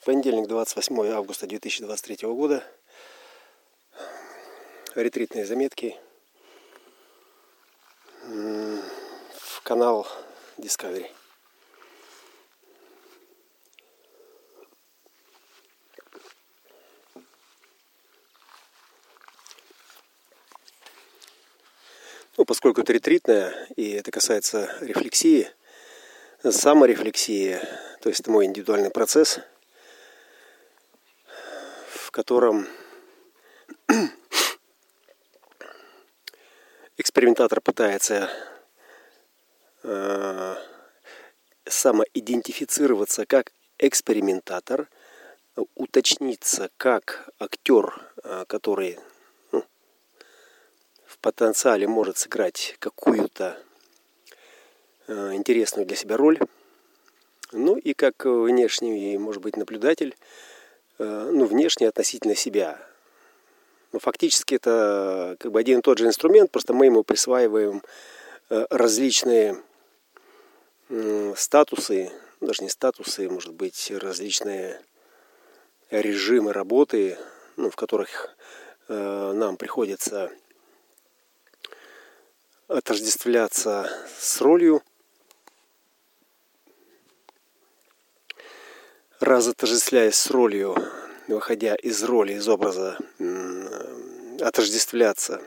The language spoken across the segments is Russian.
Понедельник, 28 августа 2023 года. Ретритные заметки в канал Discovery. Поскольку это ретритная, и это касается рефлексии, саморефлексии, то есть это мой индивидуальный процесс, в котором экспериментатор пытается самоидентифицироваться как экспериментатор, уточниться как актер, который в потенциале может сыграть какую-то интересную для себя роль, и как внешний, может быть, наблюдатель, внешне относительно себя. Фактически это как бы один и тот же инструмент, просто мы ему присваиваем различные статусы, даже не статусы, может быть, различные режимы работы, в которых нам приходится отождествляться с ролью. Раз отождествляясь с ролью, выходя из роли, из образа, отождествляться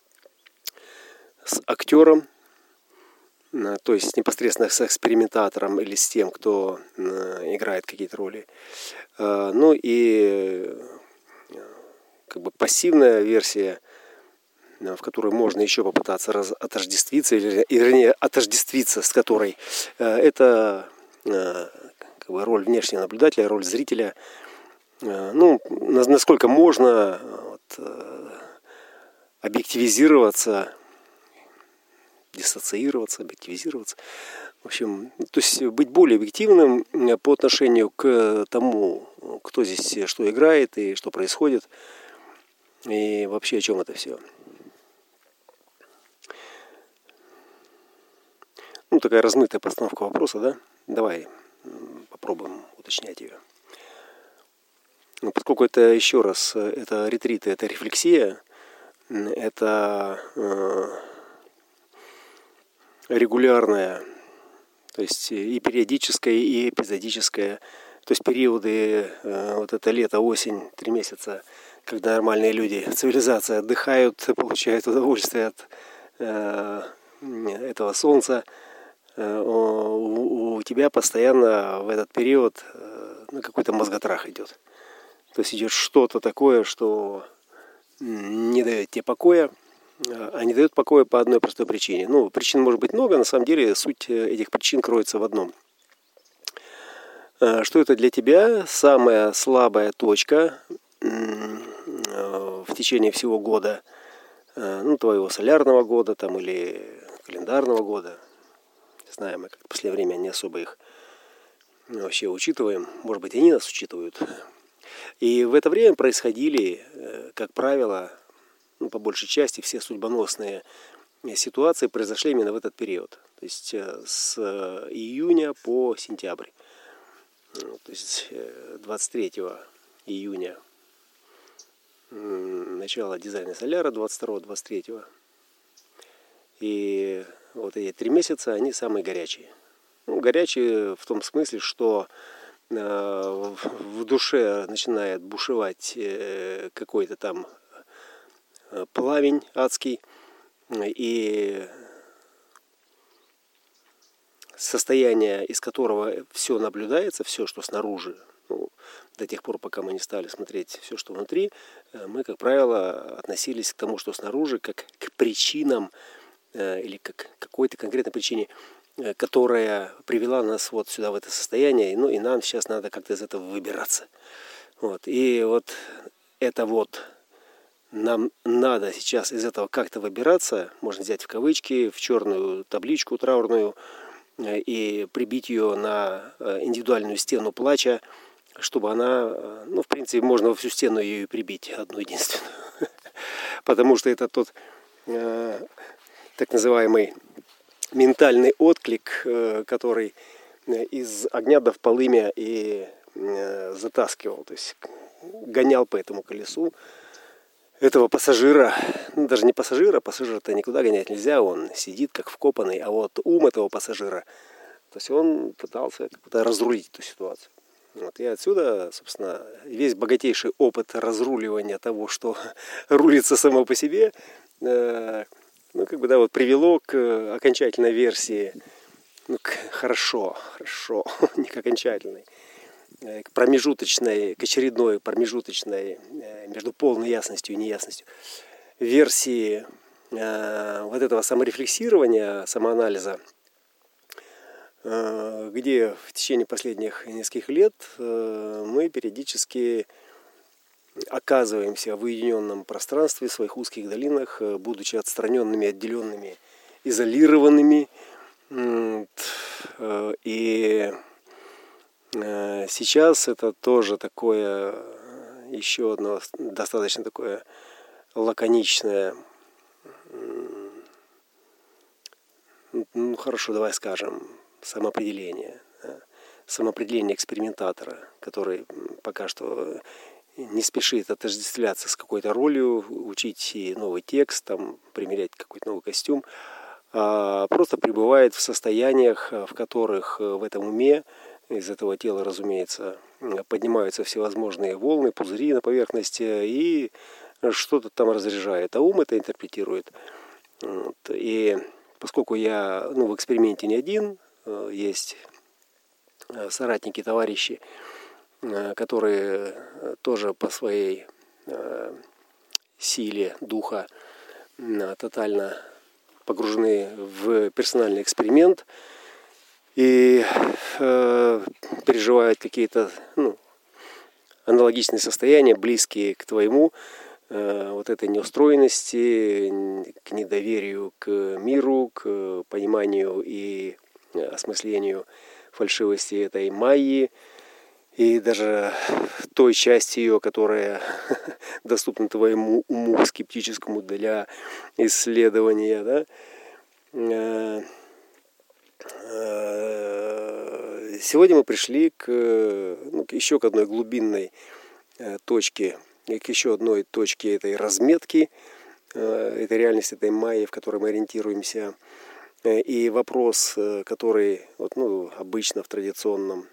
с актером, то есть непосредственно с экспериментатором или с тем, кто играет какие-то роли. И как бы пассивная версия, в которой можно еще попытаться отождествиться, или вернее отождествиться с которой, это как бы роль внешнего наблюдателя, роль зрителя. Насколько можно объективизироваться, диссоциироваться, объективизироваться. В общем, то есть быть более объективным по отношению к тому, кто здесь что играет и что происходит, и вообще о чем это все. Такая размытая постановка вопроса, да? Давай попробуем уточнять ее. Поскольку это, еще раз, это ретриты, это рефлексия, это регулярная, то есть и периодическая, и эпизодическая, то есть периоды, вот это лето, осень, 3 месяца, когда нормальные люди, цивилизация отдыхают, получают удовольствие от этого солнца, у тебя постоянно в этот период какой-то мозготрах идет. То есть идет что-то такое, что не дает тебе покоя, а не дает покоя по одной простой причине. Причин может быть много, на самом деле суть этих причин кроется в одном. Что это для тебя самая слабая точка в течение всего года, твоего солярного года или календарного года. Не знаю, мы в последнее время не особо их вообще учитываем. Может быть, они нас учитывают. И в это время происходили, как правило, по большей части все судьбоносные ситуации произошли именно в этот период. То есть с июня по сентябрь. То есть 23 июня начало дизайна соляра, 22-23. И вот эти 3 месяца, они самые горячие. Горячие в том смысле, что в душе начинает бушевать какой-то там пламень адский, и состояние, из которого все наблюдается, все, что снаружи, до тех пор, пока мы не стали смотреть все, что внутри, мы, как правило, относились к тому, что снаружи, как к причинам или как к какой-то конкретной причине, которая привела нас вот сюда, в это состояние, и нам сейчас надо как-то из этого выбираться. И вот это вот нам надо сейчас из этого как-то выбираться, можно взять в кавычки, в черную табличку траурную и прибить ее на индивидуальную стену плача, чтобы она, в принципе, можно во всю стену ее и прибить, одну единственную. Потому что это тот так называемый ментальный отклик, который из огня до полымя и затаскивал, то есть гонял по этому колесу этого пассажира, ну, даже не пассажира, пассажира-то никуда гонять нельзя, он сидит как вкопанный, а вот ум этого пассажира, то есть он пытался как-то разрулить эту ситуацию. Вот, и отсюда, собственно, весь богатейший опыт разруливания того, что рулится само по себе, ну, как бы, да, вот привело к окончательной версии, ну, хорошо, не к окончательной, к промежуточной, к очередной промежуточной между полной ясностью и неясностью версии вот этого саморефлексирования, самоанализа, где в течение последних нескольких лет мы периодически оказываемся в уединенном пространстве, в своих узких долинах, будучи отстраненными, отделенными, изолированными. И сейчас это тоже такое, еще одно достаточно такое лаконичное, ну хорошо, давай скажем, самоопределение экспериментатора, который пока что не спешит отождествляться с какой-то ролью, учить и новый текст, там, примерять какой-то новый костюм, а просто пребывает в состояниях, в которых в этом уме, из этого тела, разумеется, поднимаются всевозможные волны, пузыри на поверхности и что-то там разряжает, а ум это интерпретирует. Вот. И поскольку я в эксперименте не один, есть соратники, товарищи, которые тоже по своей силе духа тотально погружены в персональный эксперимент и переживают какие-то аналогичные состояния, близкие к твоему, вот этой неустроенности, к недоверию к миру, к пониманию и осмыслению фальшивости этой майи, и даже той части ее, которая доступна твоему уму скептическому для исследования, да? Сегодня мы пришли к еще к одной глубинной точке, к еще одной точке этой разметки, этой реальности, этой майи, в которой мы ориентируемся. И вопрос, который обычно в традиционном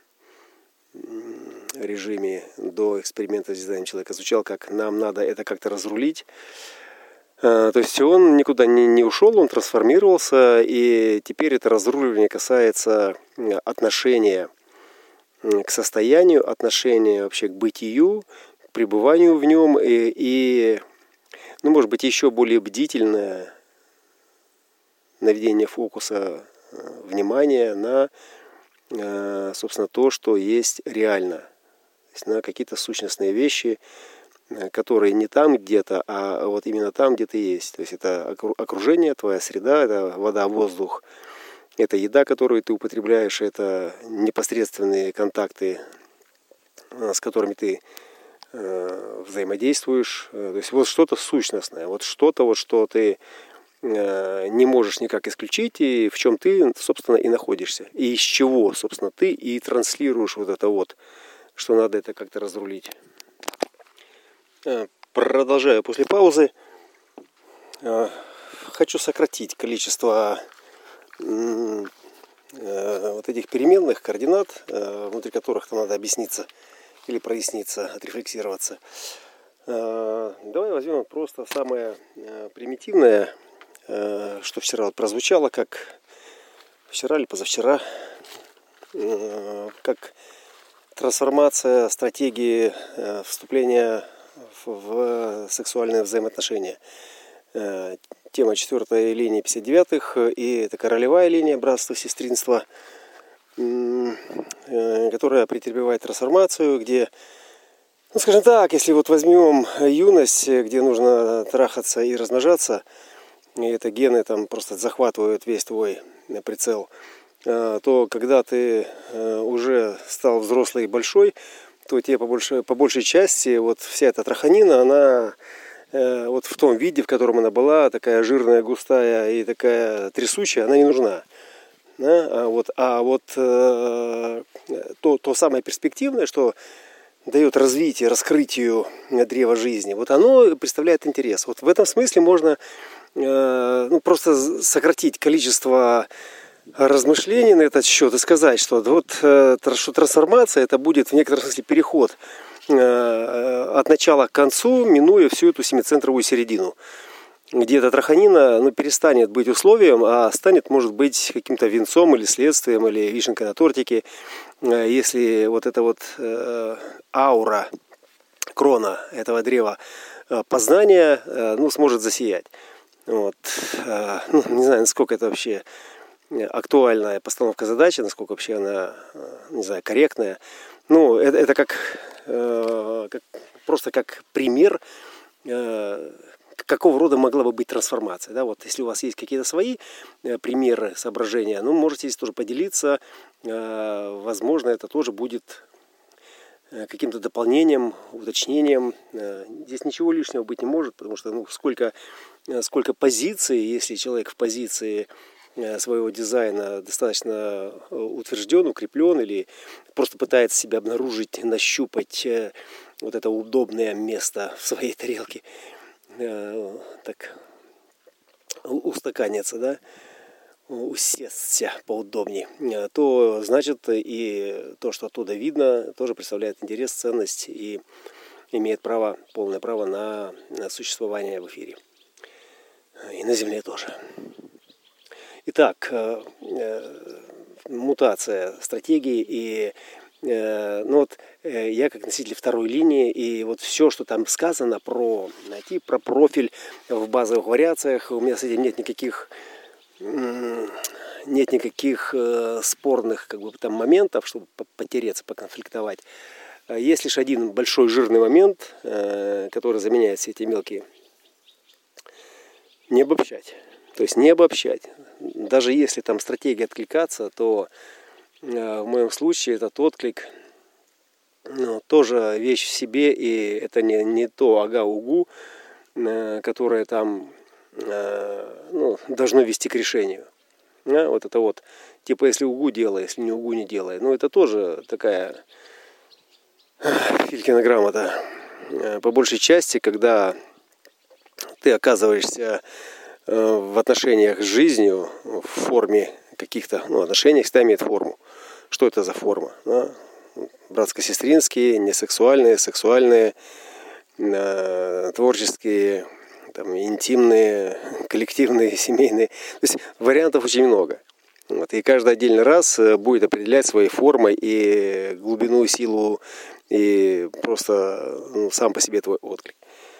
режиме до эксперимента с дизайном человека звучал, как нам надо это как-то разрулить. То есть он никуда не ушел, он трансформировался, и теперь это разруливание касается отношения к состоянию, отношения вообще к бытию, к пребыванию в нем, и может быть, еще более бдительное наведение фокуса внимания на, собственно, то, что есть реально. То есть на какие-то сущностные вещи, которые не там где-то, а вот именно там, где ты есть. То есть это окружение, твоя среда, это вода, воздух, это еда, которую ты употребляешь, это непосредственные контакты, с которыми ты взаимодействуешь. То есть вот что-то сущностное, вот что-то, что ты не можешь никак исключить, и в чем ты, собственно, и находишься. И из чего, собственно, ты и транслируешь вот это вот, что надо это как-то разрулить. Продолжаю после паузы. Хочу сократить количество вот этих переменных координат, внутри которых надо объясниться или проясниться, отрефлексироваться. Давай возьмем просто самое примитивное, что вчера прозвучало, как вчера или позавчера, как трансформация стратегии вступления в сексуальные взаимоотношения. Тема 4-й линии 59-х, и это королевая линия братства, сестринства, которая претерпевает трансформацию, где, скажем так, если вот возьмем юность, где нужно трахаться и размножаться, и это гены там просто захватывают весь твой прицел, то когда ты уже стал взрослый и большой, то тебе по большей части вот вся эта траханина, она вот в том виде, в котором она была, такая жирная, густая и такая трясучая, она не нужна. Да? То самое перспективное, что дает развитие, раскрытию древа жизни, вот оно представляет интерес. Вот в этом смысле можно просто сократить количество размышлений на этот счет и сказать, что вот что трансформация это будет в некотором смысле переход от начала к концу, минуя всю эту семицентровую середину, где эта траханина перестанет быть условием, а станет, может быть, каким-то венцом или следствием, или вишенкой на тортике, если вот эта вот аура, крона этого древа познания сможет засиять. Вот. Не знаю, насколько это вообще актуальная постановка задачи, насколько вообще она, не знаю, корректная. Это просто как пример, какого рода могла бы быть трансформация. Да? Вот если у вас есть какие-то свои примеры, соображения, можете здесь тоже поделиться. Возможно, это тоже будет каким-то дополнением, уточнением. Здесь ничего лишнего быть не может, потому что сколько позиций, если человек в позиции своего дизайна достаточно утвержден, укреплен, или просто пытается себя обнаружить, нащупать вот это удобное место в своей тарелке, так устаканиться, да, усесться поудобнее, то значит и то, что оттуда видно, тоже представляет интерес, ценность и имеет полное право на существование в эфире. И на Земле тоже. Итак, мутация стратегии и я как носитель второй линии, и вот все, что там сказано про тип, про профиль в базовых вариациях, у меня с этим нет никаких спорных там моментов, чтобы потереться, поконфликтовать. Есть лишь один большой жирный момент, который заменяет все эти мелкие. Не обобщать. То есть не обобщать. Даже если там стратегия откликаться, то в моем случае этот отклик тоже вещь в себе, и это не то ага-угу, которое там должно вести к решению. Вот это вот, типа если угу делай, если не угу не делай. Это тоже такая Филькина грамота. По большей части, когда ты оказываешься в отношениях с жизнью, в форме каких-то, отношениях всегда имеет форму. Что это за форма? Братско-сестринские, несексуальные, сексуальные, творческие, интимные, коллективные, семейные. То есть вариантов очень много. И каждый отдельный раз будет определять своей формой и глубину, силу, и просто сам по себе твой отклик.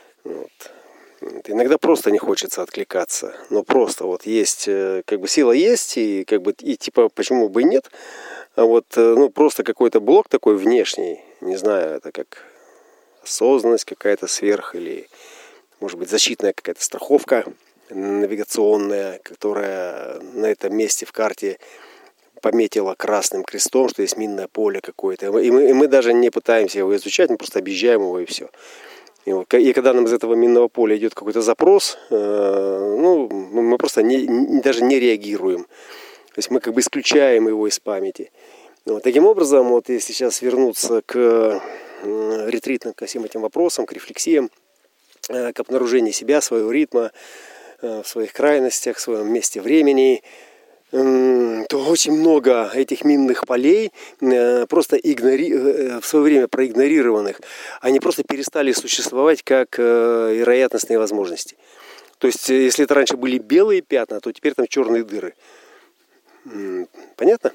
Иногда просто не хочется откликаться, но просто есть, сила есть, и почему бы и нет, а просто какой-то блок такой внешний, не знаю, это как осознанность какая-то сверх, или, может быть, защитная какая-то страховка навигационная, которая на этом месте в карте пометила красным крестом, что есть минное поле какое-то, и мы даже не пытаемся его изучать, мы просто объезжаем его и все. И когда нам из этого минного поля идет какой-то запрос, мы просто даже не реагируем. То есть мы исключаем его из памяти. Таким образом, если сейчас вернуться к ретритным, ко всем этим вопросам, к рефлексиям, к обнаружению себя, своего ритма, в своих крайностях, в своем месте времени, то очень много этих минных полей просто в свое время проигнорированных, они просто перестали существовать как вероятностные возможности. То есть, если это раньше были белые пятна, то теперь там черные дыры. Понятно?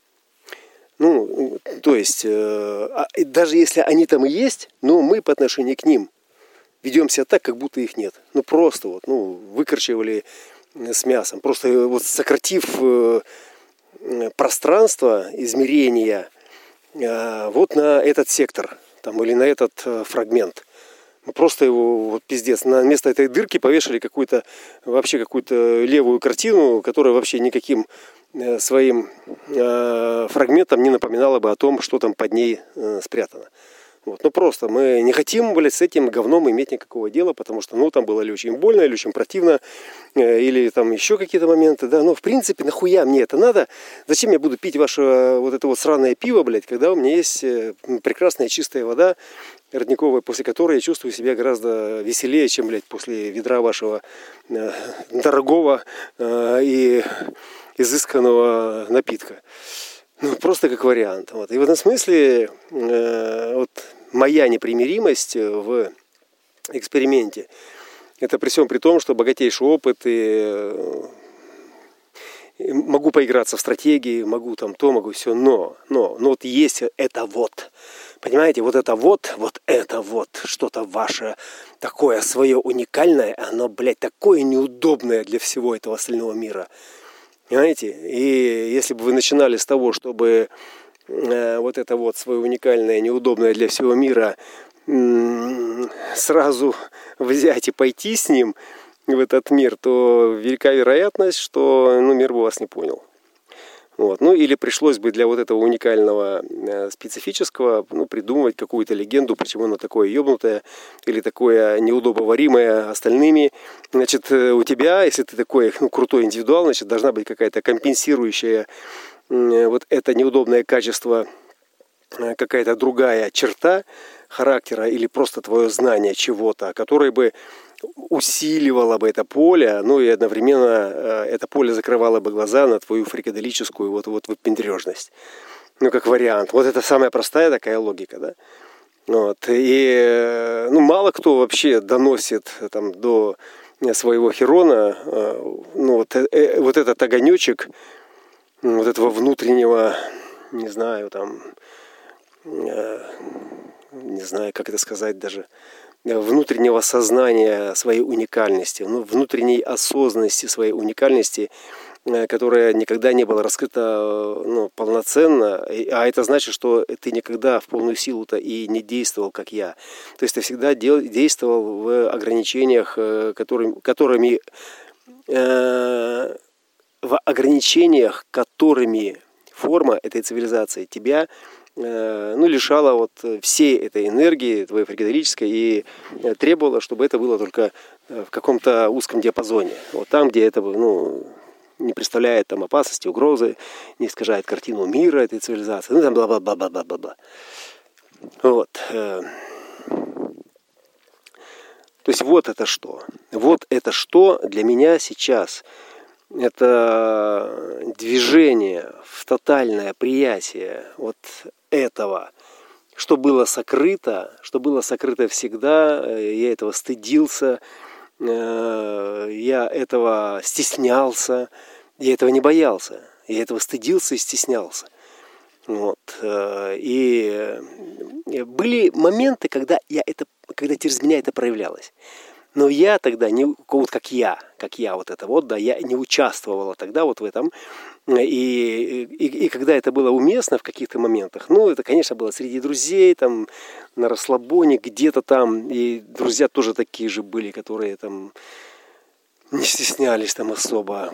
То есть, даже если они там и есть, но мы по отношению к ним ведем себя так, как будто их нет. Просто выкорчевали с мясом. Просто сократив пространство измерения на этот сектор или на этот фрагмент. Мы просто его пиздец. На место этой дырки повешали какую-то левую картину, которая вообще никаким своим фрагментом не напоминала бы о том, что там под ней спрятано. Вот. Ну просто мы не хотим, блядь, с этим говном иметь никакого дела, потому что, ну, там было или очень больно, или очень противно, или там еще какие-то моменты, да. Но, в принципе, нахуя мне это надо? Зачем я буду пить ваше вот это вот сраное пиво, блядь, когда у меня есть прекрасная чистая вода родниковая, после которой я чувствую себя гораздо веселее, чем, блядь, после ведра вашего дорогого и изысканного напитка. Ну, просто как вариант. Вот. И в этом смысле вот моя непримиримость в эксперименте, это при всем при том, что богатейший опыт, и могу поиграться в стратегии, могу там то, могу все, но вот есть это вот. Понимаете, вот это вот что-то ваше такое свое уникальное, оно, блядь, такое неудобное для всего этого остального мира. Понимаете? И если бы вы начинали с того, чтобы вот это вот свое уникальное, неудобное для всего мира сразу взять и пойти с ним в этот мир, то велика вероятность, что мир бы вас не понял. Вот. Ну или пришлось бы для вот этого уникального, специфического, придумывать какую-то легенду, почему оно такое ёбнутое или такое неудобоваримое остальными. Значит, у тебя, если ты такой крутой индивидуал, значит, должна быть какая-то компенсирующая вот это неудобное качество, какая-то другая черта характера или просто твое знание чего-то, которое бы усиливало бы это поле, и одновременно это поле закрывало бы глаза на твою фрикаделическую вот выпендрежность. Как вариант. Вот это самая простая такая логика, да? Вот. И мало кто вообще доносит там до своего Херона вот этот огонечек вот этого внутреннего, не знаю, там, не знаю, как это сказать даже, внутреннего сознания своей уникальности, внутренней осознанности своей уникальности, которая никогда не была раскрыта полноценно. А это значит, что ты никогда в полную силу-то и не действовал, как я. То есть ты всегда действовал в ограничениях, которыми форма этой цивилизации тебя лишала вот всей этой энергии твоей фрикаделической и требовала, чтобы это было только в каком-то узком диапазоне. Вот там, где это не представляет там опасности, угрозы, не искажает картину мира этой цивилизации. Там бла-бла-бла-бла-бла-бла. Вот. То есть вот это что. Вот это что для меня сейчас. Это движение в тотальное приятие вот этого, что было сокрыто всегда, я этого стыдился, я этого стеснялся, я этого не боялся, я этого стыдился и стеснялся. Вот. И были моменты, когда через меня это проявлялось. Но я тогда как я вот это вот, да, я не участвовала тогда вот в этом. И когда это было уместно в каких-то моментах, это, конечно, было среди друзей, там, на расслабоне, где-то там, и друзья тоже такие же были, которые там не стеснялись там особо.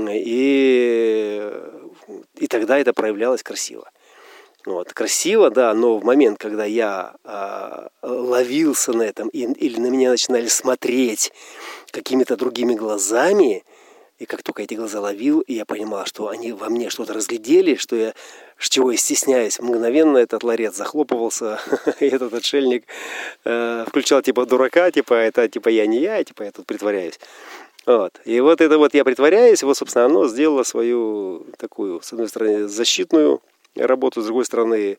И тогда это проявлялось красиво. Вот, красиво, да, но в момент, когда я ловился на этом, или на меня начинали смотреть какими-то другими глазами, и как только эти глаза ловил, и я понимал, что они во мне что-то разглядели, чего я стесняюсь, мгновенно этот ларец захлопывался, и этот отшельник включал типа дурака, это я не я, я тут притворяюсь. Вот. И вот это вот я притворяюсь, собственно, оно сделало свою такую, с одной стороны, защитную работу, с другой стороны,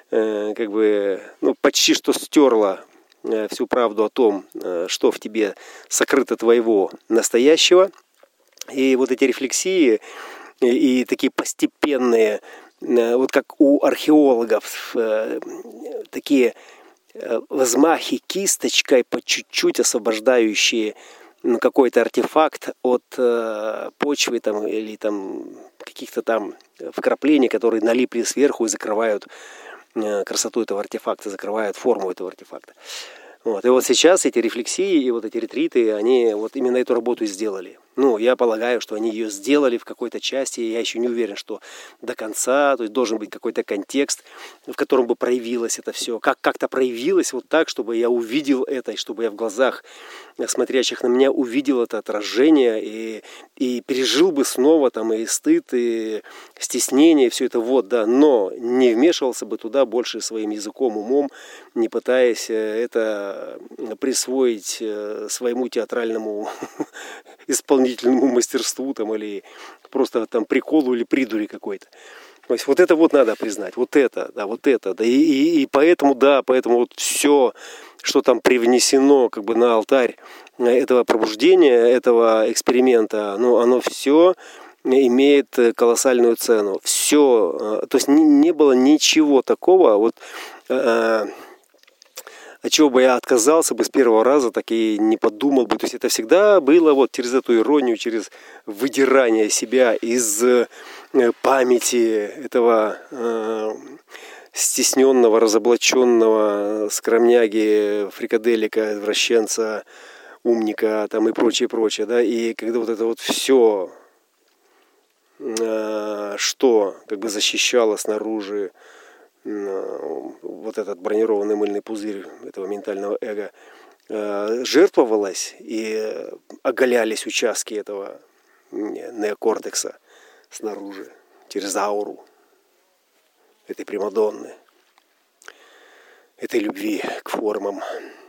почти что стерла всю правду о том, что в тебе сокрыто твоего настоящего. И вот эти рефлексии и такие постепенные, вот как у археологов, такие взмахи кисточкой по чуть-чуть освобождающие какой-то артефакт от почвы там, или там каких-то там вкраплений, которые налипли сверху и закрывают красоту этого артефакта, закрывают форму этого артефакта. Вот. И вот сейчас эти рефлексии и вот эти ретриты, они вот именно эту работу и сделали. Ну, я полагаю, что они ее сделали в какой-то части, и я еще не уверен, что до конца, то есть должен быть какой-то контекст, в котором бы проявилось это все, как-то проявилось вот так, чтобы я увидел это, и чтобы я в глазах смотрящих на меня увидел это отражение и пережил бы снова там и стыд, и стеснение, и все это вот, да, но не вмешивался бы туда больше своим языком, умом, не пытаясь это присвоить своему театральному исполнительному мастерству там, или просто там приколу или придури какой-то. То есть вот это вот надо признать, вот это, да, и поэтому, да, поэтому вот все, что там привнесено как бы на алтарь этого пробуждения, этого эксперимента, ну, оно все имеет колоссальную цену. Все, то есть не было ничего такого, вот от чего бы я отказался бы с первого раза, так и не подумал бы. То есть это всегда было вот через эту иронию, через выдирание себя из памяти этого стесненного, разоблаченного скромняги, фрикаделика, извращенца, умника там и прочее, прочее. Да? И когда вот это вот все, что как бы защищало снаружи, вот этот бронированный мыльный пузырь этого ментального эго, жертвовалось и оголялись участки этого неокортекса снаружи, через ауру этой примадонны, этой любви к формам.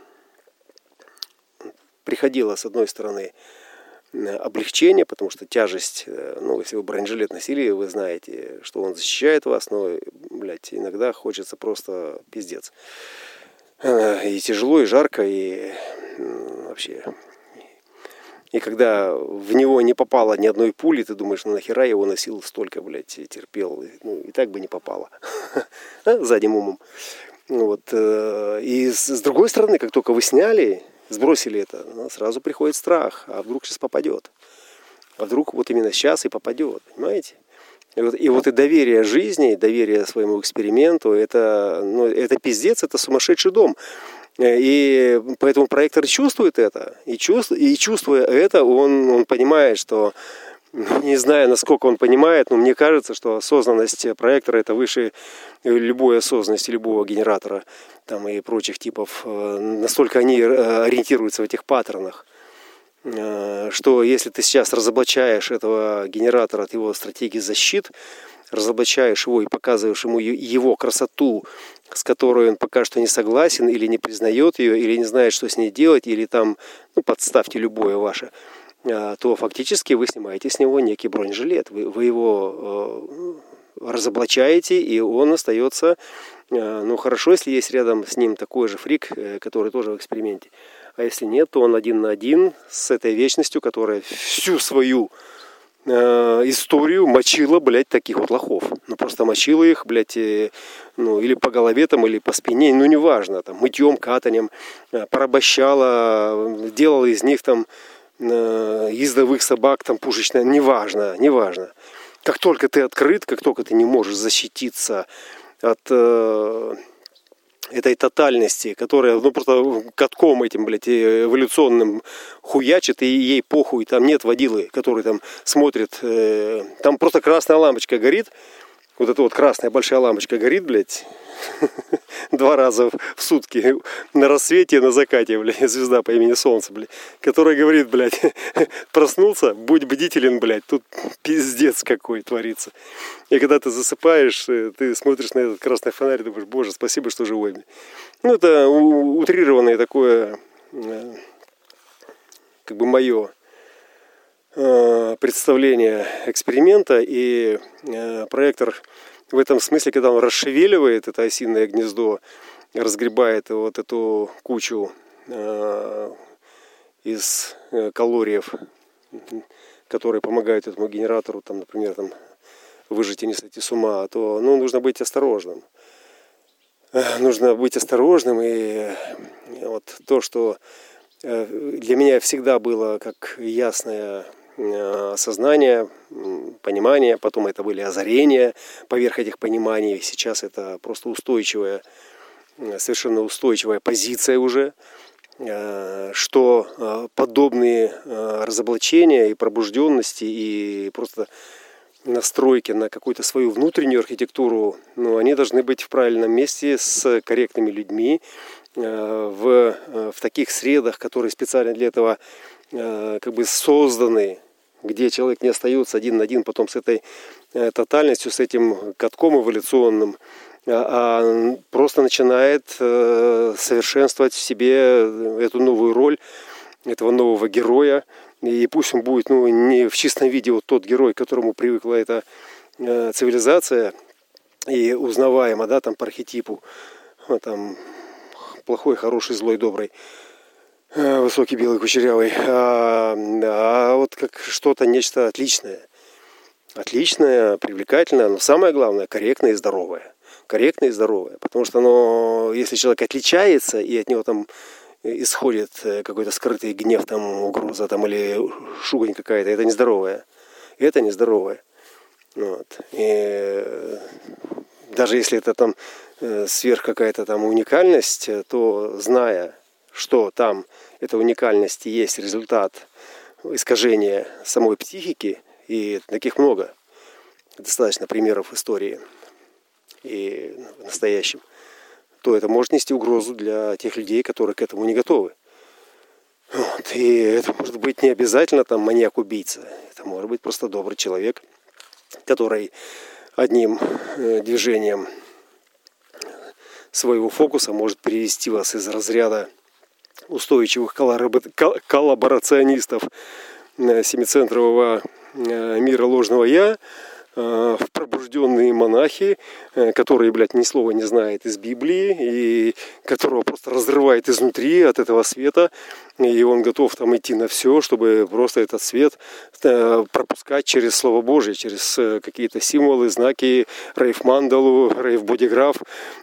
Приходило, с одной стороны, облегчение, потому что тяжесть, ну, если вы бронежилет носили, вы знаете, что он защищает вас, но, блядь, иногда хочется просто пиздец. И тяжело, и жарко, и вообще. И когда в него не попало ни одной пули, ты думаешь, ну нахера я его носил столько, блядь, терпел. Ну, и так бы не попало. Задним умом. Вот. И с другой стороны, как только вы сняли, сбросили это, сразу приходит страх. А вдруг сейчас попадет? А вдруг вот именно сейчас и попадет? Понимаете? И вот и доверие жизни, и доверие своему эксперименту, это, ну, это пиздец, это сумасшедший дом. И поэтому проектор чувствует это. И чувствуя это, он понимает, что, не знаю, насколько он понимает, но мне кажется, что осознанность проектора это выше любой осознанности любого генератора там, и прочих типов. Настолько они ориентируются в этих паттернах, что если ты сейчас разоблачаешь этого генератора от его стратегии защит, разоблачаешь его и показываешь ему его красоту, с которой он пока что не согласен или не признает ее, или не знает, что с ней делать, или там, ну, подставьте любое ваше, то фактически вы снимаете с него некий бронежилет. Вы его разоблачаете, и он остается, ну, хорошо, если есть рядом с ним такой же фрик, который тоже в эксперименте. А если нет, то он один на один с этой вечностью, которая всю свою историю мочила, блядь, таких вот лохов. Ну, просто мочила их, блядь, ну, или по голове там, или по спине, ну, неважно, там, мытьем, катанием, порабощала, делала из них там ездовых собак, там, пушечных, неважно. Как только ты открыт, как только ты не можешь защититься от этой тотальности, которая, ну, просто катком этим, блядь, эволюционным хуячит, и ей похуй, там нет водилы, который там смотрит, там просто красная лампочка горит, вот эта вот красная большая лампочка горит, блядь, 2 раза в сутки, на рассвете и на закате, блядь, звезда по имени Солнце, блядь, которая говорит, блядь, проснулся, будь бдителен, блядь, тут пиздец какой творится. И когда ты засыпаешь, ты смотришь на этот красный фонарь, думаешь, боже, спасибо, что живой. Ну, это утрированное такое, как бы мое представление эксперимента, и проектор в этом смысле, когда он расшевеливает это осиное гнездо, разгребает вот эту кучу из калориев, которые помогают этому генератору, там, например, там, выжить и не сойти с ума, то, ну, нужно быть осторожным. Нужно быть осторожным, и вот то, что для меня всегда было как ясное осознание, понимание, потом это были озарения поверх этих пониманий, сейчас это просто устойчивая, совершенно устойчивая позиция уже, что подобные разоблачения и пробужденности, и просто настройки на какую-то свою внутреннюю архитектуру, они должны быть в правильном месте с корректными людьми, в таких средах, которые специально для этого как бы созданы, где человек не остается один на один потом с этой тотальностью, с этим катком эволюционным, а просто начинает совершенствовать в себе эту новую роль, этого нового героя. И пусть он будет не в чистом виде вот тот герой, к которому привыкла эта цивилизация, и узнаваемо, да, там по архетипу, там плохой, хороший, злой, добрый, высокий, белый, кучерявый, а вот как что-то, нечто отличное. Отличное, привлекательное, но самое главное, корректное и здоровое. Корректное и здоровое. Потому что если человек отличается, и от него там исходит какой-то скрытый гнев, там, угроза там, или шугань какая-то, это нездоровое. Это нездоровое. Вот. И даже если это там сверх какая-то там уникальность, то зная, что там эта уникальность есть результат искажения самой психики, и таких много, достаточно примеров в истории и в настоящем, то это может нести угрозу для тех людей, которые к этому не готовы. Вот. И это может быть не обязательно там маньяк-убийца. Это может быть просто добрый человек, который одним движением своего фокуса может перевести вас из разряда устойчивых коллаборационистов семицентрового мира ложного «я» в пробужденные монахи, которые, ни слова не знают из Библии, и которого просто разрывает изнутри от этого света, и он готов там идти на все, чтобы просто этот свет пропускать через Слово Божие, через какие-то символы, знаки, рейф-мандалу, рейф-бодиграф,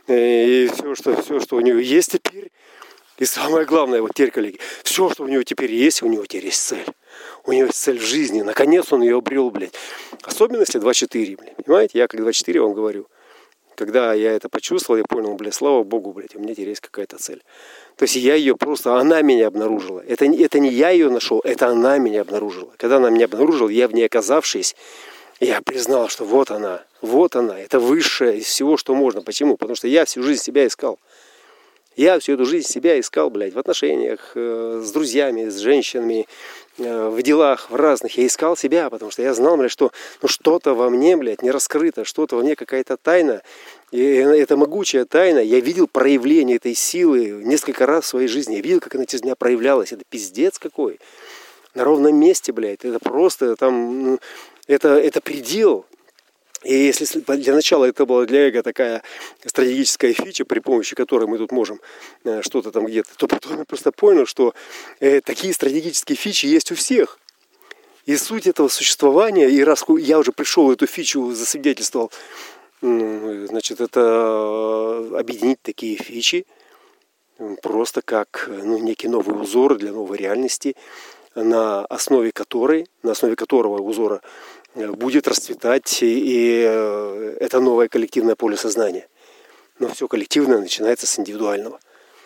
и все, что у него есть теперь. И самое главное, вот теперь, коллеги, все, что у него теперь есть, у него теперь есть цель. У него есть цель в жизни. Наконец он ее обрел, блядь. Особенно если 2.4, блядь. Понимаете, я как 2.4 вам говорю. Когда я это почувствовал, я понял, блядь, слава Богу, блядь, у меня теперь есть какая-то цель. То есть я ее просто, она меня обнаружила. Это не я ее нашел, это она меня обнаружила. Когда она меня обнаружила, я в ней оказавшись, я признал, что вот она, это высшее из всего, что можно. Почему? Потому что я всю жизнь себя искал. Я всю эту жизнь себя искал, блядь, в отношениях, с друзьями, с женщинами, в делах, в разных. Я искал себя, потому что я знал, блядь, что что-то во мне, блядь, не раскрыто, что-то во мне какая-то тайна. И эта могучая тайна, я видел проявление этой силы несколько раз в своей жизни. Я видел, как она через меня проявлялась. Это пиздец какой. На ровном месте, блядь. Это просто там, это предел. И если для начала это была для эго такая стратегическая фича, при помощи которой мы тут можем что-то там где-то, то потом я просто понял, что такие стратегические фичи есть у всех. И суть этого существования, и раз я уже пришел эту фичу, засвидетельствовал, значит, это объединить такие фичи просто как некий новый узор для новой реальности, на основе которого узора будет расцветать и это новое коллективное поле сознания. Но все коллективное начинается с индивидуального.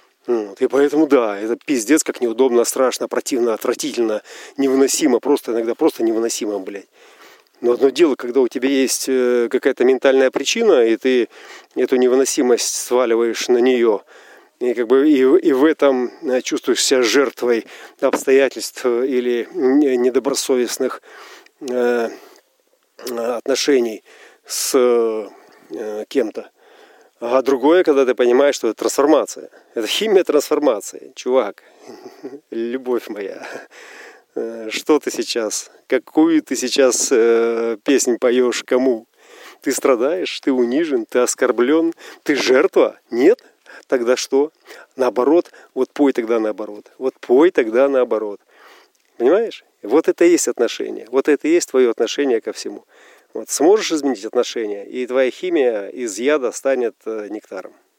И поэтому, да, это пиздец, как неудобно, страшно, противно, отвратительно, невыносимо, иногда просто невыносимо, блядь. Но одно дело, когда у тебя есть какая-то ментальная причина, и ты эту невыносимость сваливаешь на нее, и в этом чувствуешь себя жертвой обстоятельств или недобросовестных отношений с кем-то. А другое, когда ты понимаешь, что это трансформация. Это химия трансформации. Чувак, любовь моя, что ты сейчас, какую ты сейчас песнь поешь кому? Ты страдаешь, ты унижен, ты оскорблен, ты жертва? Нет? Тогда что? Наоборот, вот пой тогда наоборот. Вот пой тогда наоборот. Понимаешь? Вот это и есть отношение. Вот это и есть твое отношение ко всему. Вот сможешь изменить отношение, и твоя химия из яда станет нектаром.